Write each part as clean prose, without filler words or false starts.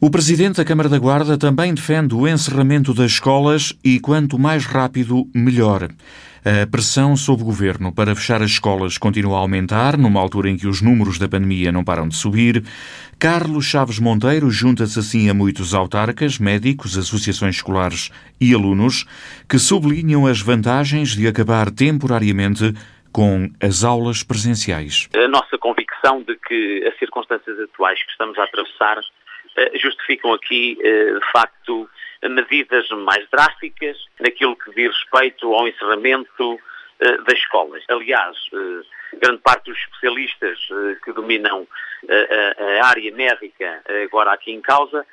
O Presidente da Câmara da Guarda também defende o encerramento das escolas e quanto mais rápido, melhor. A pressão sobre o Governo para fechar as escolas continua a aumentar, numa altura em que os números da pandemia não param de subir. Carlos Chaves Monteiro junta-se assim a muitos autarcas, médicos, associações escolares e alunos que sublinham as vantagens de acabar temporariamente com as aulas presenciais. A nossa convicção de que as circunstâncias atuais que estamos a atravessar justificam aqui, de facto, medidas mais drásticas naquilo que diz respeito ao encerramento das escolas. Aliás, grande parte dos especialistas que dominam a área médica agora aqui em causa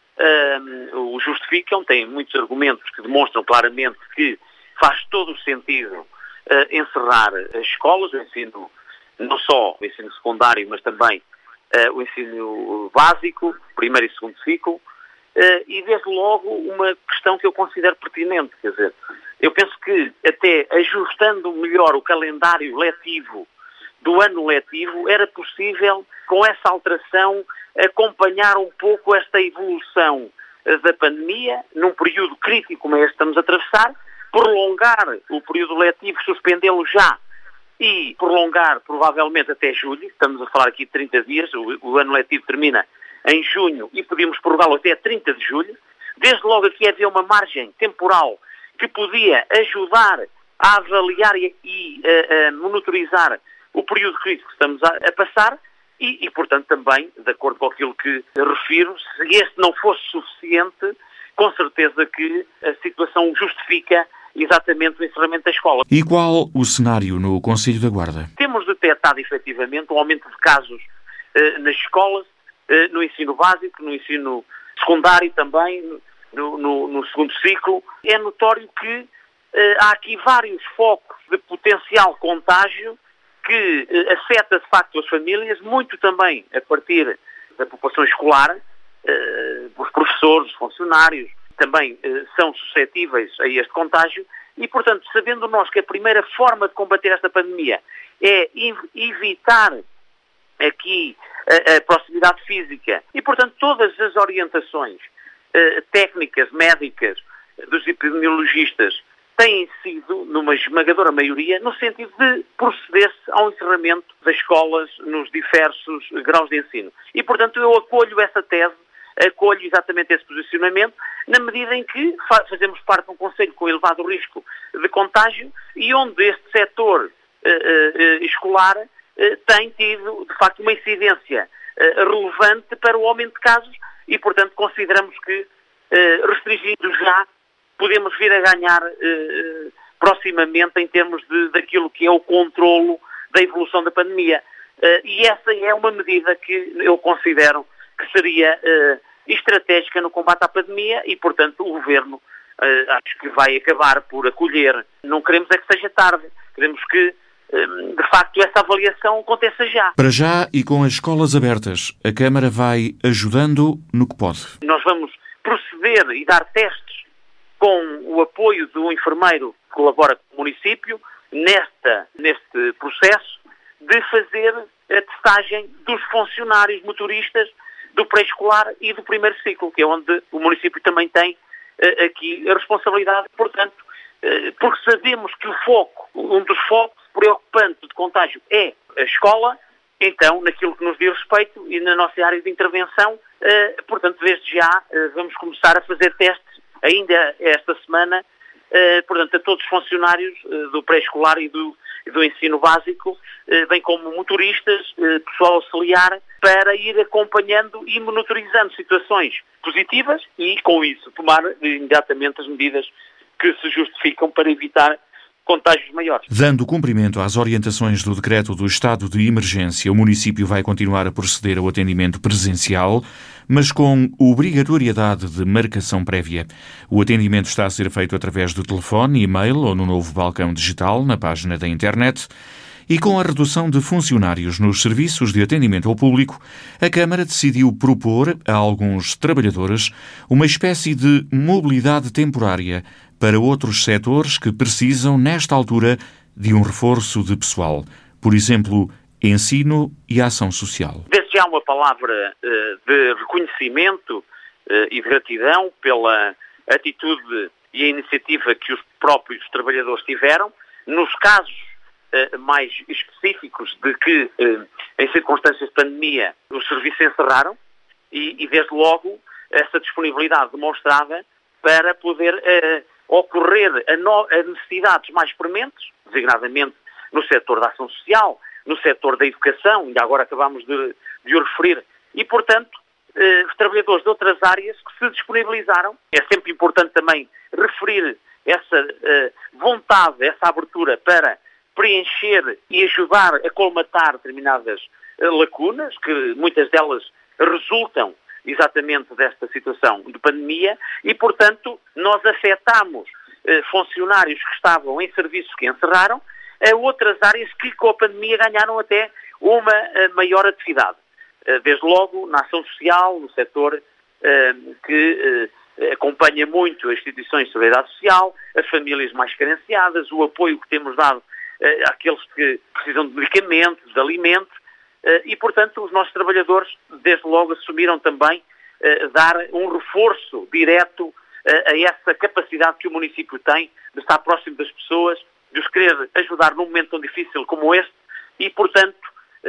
o justificam, têm muitos argumentos que demonstram claramente que faz todo o sentido encerrar as escolas, o ensino, não só o ensino secundário, mas também o ensino básico, primeiro e segundo ciclo, e desde logo uma questão que eu considero pertinente, quer dizer, eu penso que até ajustando melhor o calendário letivo do ano letivo, era possível, com essa alteração, acompanhar um pouco esta evolução da pandemia, num período crítico como este que estamos a atravessar, prolongar o período letivo, suspendê-lo já, e prolongar provavelmente até julho, estamos a falar aqui de 30 dias, o ano letivo termina em junho e podíamos prorrogá-lo até 30 de julho. Desde logo aqui havia uma margem temporal que podia ajudar a avaliar e a monitorizar o período crítico que estamos a passar e, portanto, também, de acordo com aquilo que refiro, se este não fosse suficiente, com certeza que a situação justifica exatamente o encerramento da escola. E qual o cenário no Conselho da Guarda? Temos detectado, efetivamente, um aumento de casos nas escolas, no ensino básico, no ensino secundário também, no segundo ciclo. É notório que há aqui vários focos de potencial contágio que afeta, de facto, as famílias, muito também a partir da população escolar, os professores, os funcionários, também são suscetíveis a este contágio e, portanto, sabendo nós que a primeira forma de combater esta pandemia é evitar aqui a proximidade física e, portanto, todas as orientações técnicas, médicas dos epidemiologistas têm sido, numa esmagadora maioria, no sentido de proceder-se ao encerramento das escolas nos diversos graus de ensino. E, portanto, eu acolho essa tese, acolho exatamente esse posicionamento, na medida em que fazemos parte de um concelho com elevado risco de contágio e onde este setor escolar tem tido, de facto, uma incidência relevante para o aumento de casos e, portanto, consideramos que, restringindo já, podemos vir a ganhar proximamente em termos daquilo que é o controlo da evolução da pandemia. E essa é uma medida que eu considero que seria estratégica no combate à pandemia e, portanto, o Governo acho que vai acabar por acolher. Não queremos é que seja tarde, queremos que de facto, essa avaliação aconteça já. Para já e com as escolas abertas, a Câmara vai ajudando no que pode. Nós vamos proceder e dar testes com o apoio do enfermeiro que colabora com o município neste processo de fazer a testagem dos funcionários motoristas do pré-escolar e do primeiro ciclo, que é onde o município também tem aqui a responsabilidade, portanto, porque sabemos que um dos focos preocupantes de contágio é a escola, então, naquilo que nos diz respeito e na nossa área de intervenção, portanto, desde já vamos começar a fazer testes ainda esta semana, portanto, a todos os funcionários do pré-escolar e do ensino básico, bem como motoristas, pessoal auxiliar, para ir acompanhando e monitorizando situações positivas e, com isso, tomar imediatamente as medidas que se justificam para evitar contágios maiores. Dando cumprimento às orientações do decreto do estado de emergência, o município vai continuar a proceder ao atendimento presencial, mas com obrigatoriedade de marcação prévia. O atendimento está a ser feito através do telefone, e-mail ou no novo balcão digital na página da internet. E com a redução de funcionários nos serviços de atendimento ao público, a Câmara decidiu propor a alguns trabalhadores uma espécie de mobilidade temporária para outros setores que precisam, nesta altura, de um reforço de pessoal. Por exemplo, ensino e ação social. Desde já uma palavra de reconhecimento e de gratidão pela atitude e a iniciativa que os próprios trabalhadores tiveram. Nos casos mais específicos de que, em circunstâncias de pandemia, os serviços encerraram e desde logo, essa disponibilidade demonstrada para poder ocorrer a necessidades mais prementes, designadamente no setor da ação social, no setor da educação, ainda agora acabamos de o referir, e, portanto, os trabalhadores de outras áreas que se disponibilizaram. É sempre importante também referir essa vontade, essa abertura para preencher e ajudar a colmatar determinadas lacunas, que muitas delas resultam exatamente desta situação de pandemia e, portanto, nós afetamos funcionários que estavam em serviços que encerraram a outras áreas que com a pandemia ganharam até uma maior atividade. Desde logo na ação social, no setor que acompanha muito as instituições de solidariedade social, as famílias mais carenciadas, o apoio que temos dado àqueles que precisam de medicamentos, de alimentos, e, portanto, os nossos trabalhadores, desde logo, assumiram também dar um reforço direto a essa capacidade que o município tem de estar próximo das pessoas, de os querer ajudar num momento tão difícil como este e, portanto,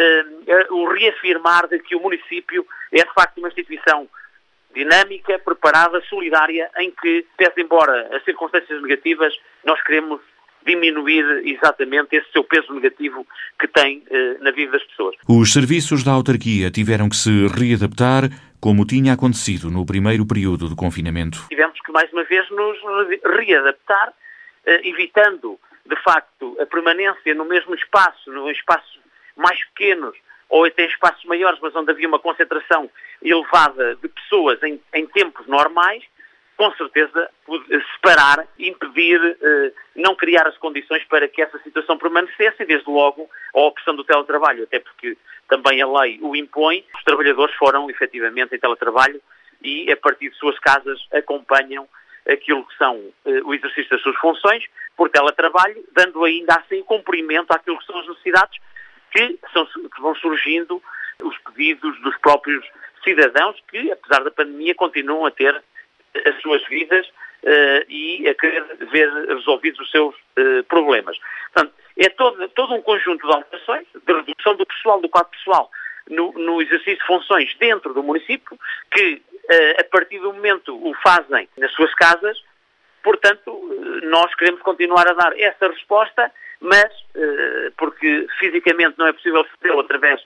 o reafirmar de que o município é, de facto, uma instituição dinâmica, preparada, solidária, em que, pese embora as circunstâncias negativas, nós queremos diminuir exatamente esse seu peso negativo que tem na vida das pessoas. Os serviços da autarquia tiveram que se readaptar, como tinha acontecido no primeiro período de confinamento. Tivemos que, mais uma vez, nos readaptar, evitando, de facto, a permanência no mesmo espaço, num espaço mais pequenos, ou até em espaços maiores, mas onde havia uma concentração elevada de pessoas em tempos normais, com certeza separar, impedir, não criar as condições para que essa situação permanecesse e, desde logo, a opção do teletrabalho, até porque também a lei o impõe, os trabalhadores foram efetivamente em teletrabalho e, a partir de suas casas, acompanham aquilo que são o exercício das suas funções por teletrabalho, dando ainda assim cumprimento àquilo que são as necessidades que vão surgindo, os pedidos dos próprios cidadãos que, apesar da pandemia, continuam a ter as suas vidas e a querer ver resolvidos os seus problemas. Portanto, é todo um conjunto de alterações, de redução do pessoal, do quadro pessoal, no exercício de funções dentro do município, que a partir do momento o fazem nas suas casas. Portanto, nós queremos continuar a dar essa resposta, mas porque fisicamente não é possível fazê-lo através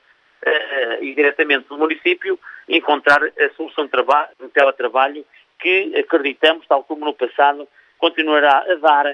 e diretamente do município, encontrar a solução de teletrabalho que acreditamos, tal como no passado, continuará a dar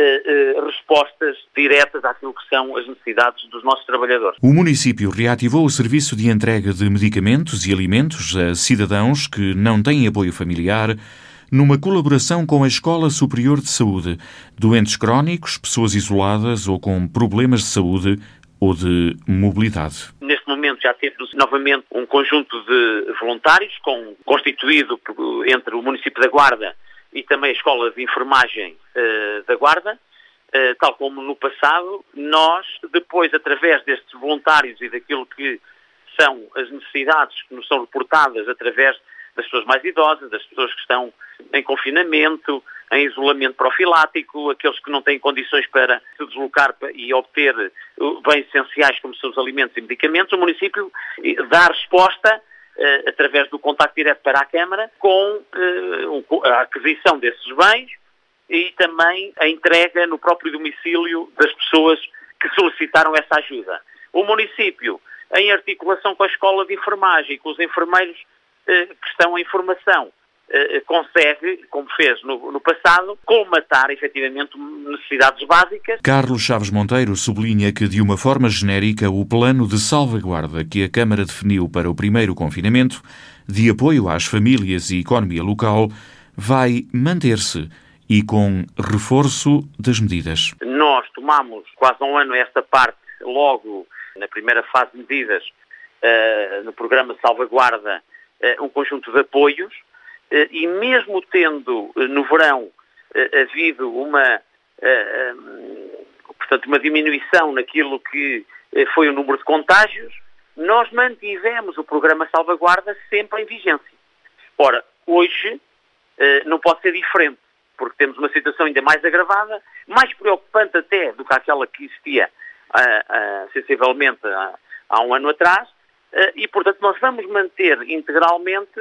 respostas diretas àquilo que são as necessidades dos nossos trabalhadores. O município reativou o serviço de entrega de medicamentos e alimentos a cidadãos que não têm apoio familiar, numa colaboração com a Escola Superior de Saúde, doentes crónicos, pessoas isoladas ou com problemas de saúde ou de mobilidade. Neste momento já temos novamente um conjunto de voluntários constituído entre o município da Guarda e também a Escola de Enfermagem da Guarda. Tal como no passado, nós, depois, através destes voluntários e daquilo que são as necessidades que nos são reportadas através das pessoas mais idosas, das pessoas que estão em confinamento, em isolamento profilático, aqueles que não têm condições para se deslocar e obter bens essenciais como são os alimentos e medicamentos, o município dá resposta através do contacto direto para a Câmara com a aquisição desses bens e também a entrega no próprio domicílio das pessoas que solicitaram essa ajuda. O município, em articulação com a Escola de Enfermagem e com os enfermeiros que estão em formação, consegue, como fez no passado, colmatar efetivamente necessidades básicas. Carlos Chaves Monteiro sublinha que, de uma forma genérica, o plano de salvaguarda que a Câmara definiu para o primeiro confinamento, de apoio às famílias e economia local, vai manter-se e com reforço das medidas. Nós tomamos quase um ano esta parte, logo na primeira fase de medidas, no programa de salvaguarda, um conjunto de apoios, e mesmo tendo no verão havido uma diminuição naquilo que foi o número de contágios, nós mantivemos o programa salvaguarda sempre em vigência. Ora, hoje não pode ser diferente, porque temos uma situação ainda mais agravada, mais preocupante até do que aquela que existia sensivelmente há um ano atrás, e, portanto, nós vamos manter integralmente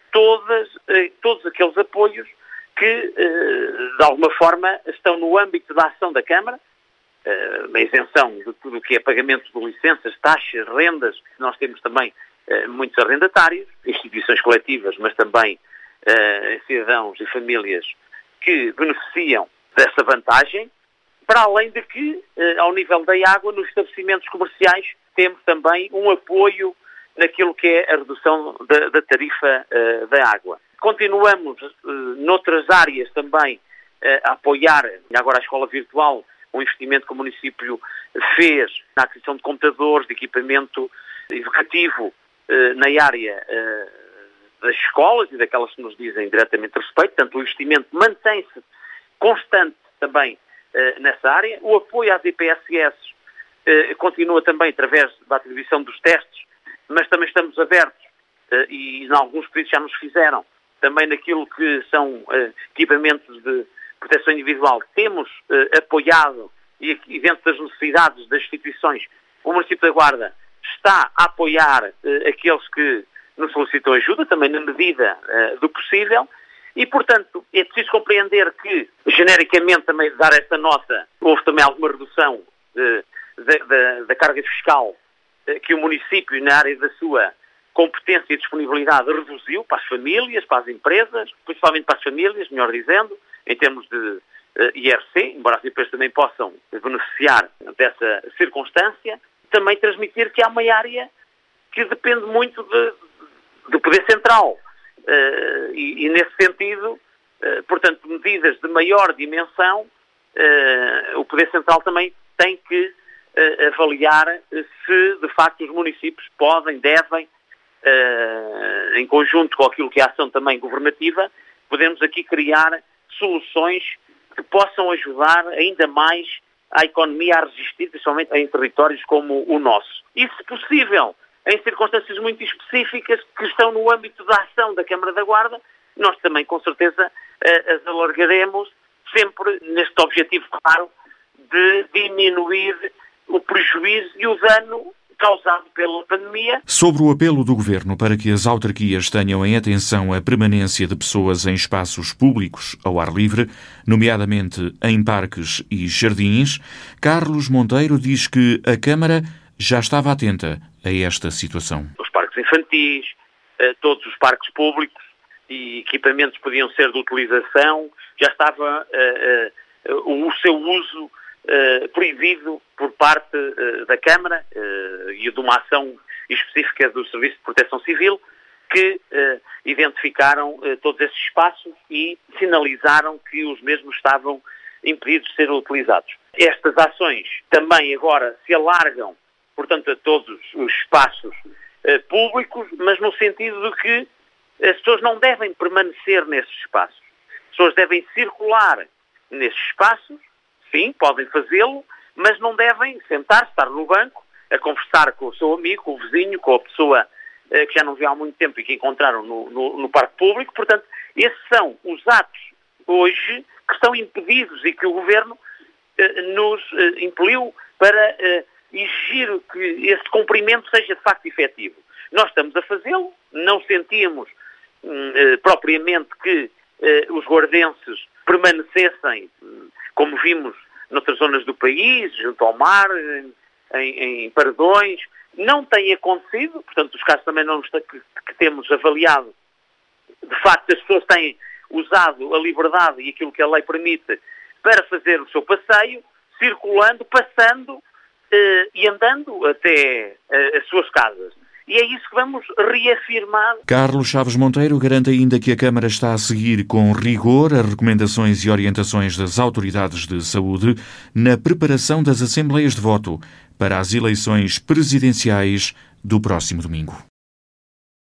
todos aqueles apoios que, de alguma forma, estão no âmbito da ação da Câmara, a isenção de tudo o que é pagamento de licenças, taxas, rendas. Nós temos também muitos arrendatários, instituições coletivas, mas também cidadãos e famílias que beneficiam dessa vantagem, para além de que, ao nível da água, nos estabelecimentos comerciais, temos também um apoio naquilo que é a redução da tarifa da água. Continuamos, noutras áreas também, a apoiar, agora a escola virtual, um investimento que o município fez na aquisição de computadores, de equipamento educativo na área das escolas e daquelas que nos dizem diretamente respeito. Portanto, o investimento mantém-se constante também nessa área. O apoio às IPSS continua também através da atribuição dos testes, mas também estamos abertos, e em alguns pedidos já nos fizeram, também naquilo que são equipamentos de proteção individual. Temos apoiado, e dentro das necessidades das instituições, o município da Guarda está a apoiar aqueles que nos solicitam ajuda, também na medida do possível, e, portanto, é preciso compreender que, genericamente, também dar esta nota, houve também alguma redução da carga fiscal que o município, na área da sua competência e disponibilidade, reduziu para as famílias, para as empresas, principalmente para as famílias, melhor dizendo, em termos de IRC, embora as empresas também possam beneficiar dessa circunstância. Também transmitir que há uma área que depende muito do Poder Central. E nesse sentido, portanto, medidas de maior dimensão, o Poder Central também tem que avaliar se, de facto, os municípios podem, devem, em conjunto com aquilo que é a ação também governativa, podemos aqui criar soluções que possam ajudar ainda mais a economia a resistir, principalmente em territórios como o nosso. E, se possível, em circunstâncias muito específicas que estão no âmbito da ação da Câmara da Guarda, nós também, com certeza, as alargaremos, sempre neste objetivo claro de diminuir o prejuízo e o dano causado pela pandemia. Sobre o apelo do Governo para que as autarquias tenham em atenção a permanência de pessoas em espaços públicos ao ar livre, nomeadamente em parques e jardins, Carlos Monteiro diz que a Câmara já estava atenta a esta situação. Os parques infantis, todos os parques públicos e equipamentos podiam ser de utilização, já estava o seu uso proibido por parte da Câmara e de uma ação específica do Serviço de Proteção Civil, que identificaram todos esses espaços e sinalizaram que os mesmos estavam impedidos de ser utilizados. Estas ações também agora se alargam, portanto, a todos os espaços públicos, mas no sentido de que as pessoas não devem permanecer nesses espaços. As pessoas devem circular nesses espaços, sim, podem fazê-lo, mas não devem sentar-se, estar no banco, a conversar com o seu amigo, com o vizinho, com a pessoa que já não viu há muito tempo e que encontraram no parque público. Portanto, esses são os atos hoje que estão impedidos e que o Governo nos impeliu para exigir que esse cumprimento seja de facto efetivo. Nós estamos a fazê-lo, não sentíamos propriamente que os guardenses permanecessem, como vimos noutras zonas do país, junto ao mar, em paredões. Não tem acontecido, portanto, os casos também que temos avaliado, de facto, as pessoas têm usado a liberdade e aquilo que a lei permite para fazer o seu passeio, circulando, passando e andando até as suas casas. E é isso que vamos reafirmar. Carlos Chaves Monteiro garante ainda que a Câmara está a seguir com rigor as recomendações e orientações das autoridades de saúde na preparação das assembleias de voto para as eleições presidenciais do próximo domingo.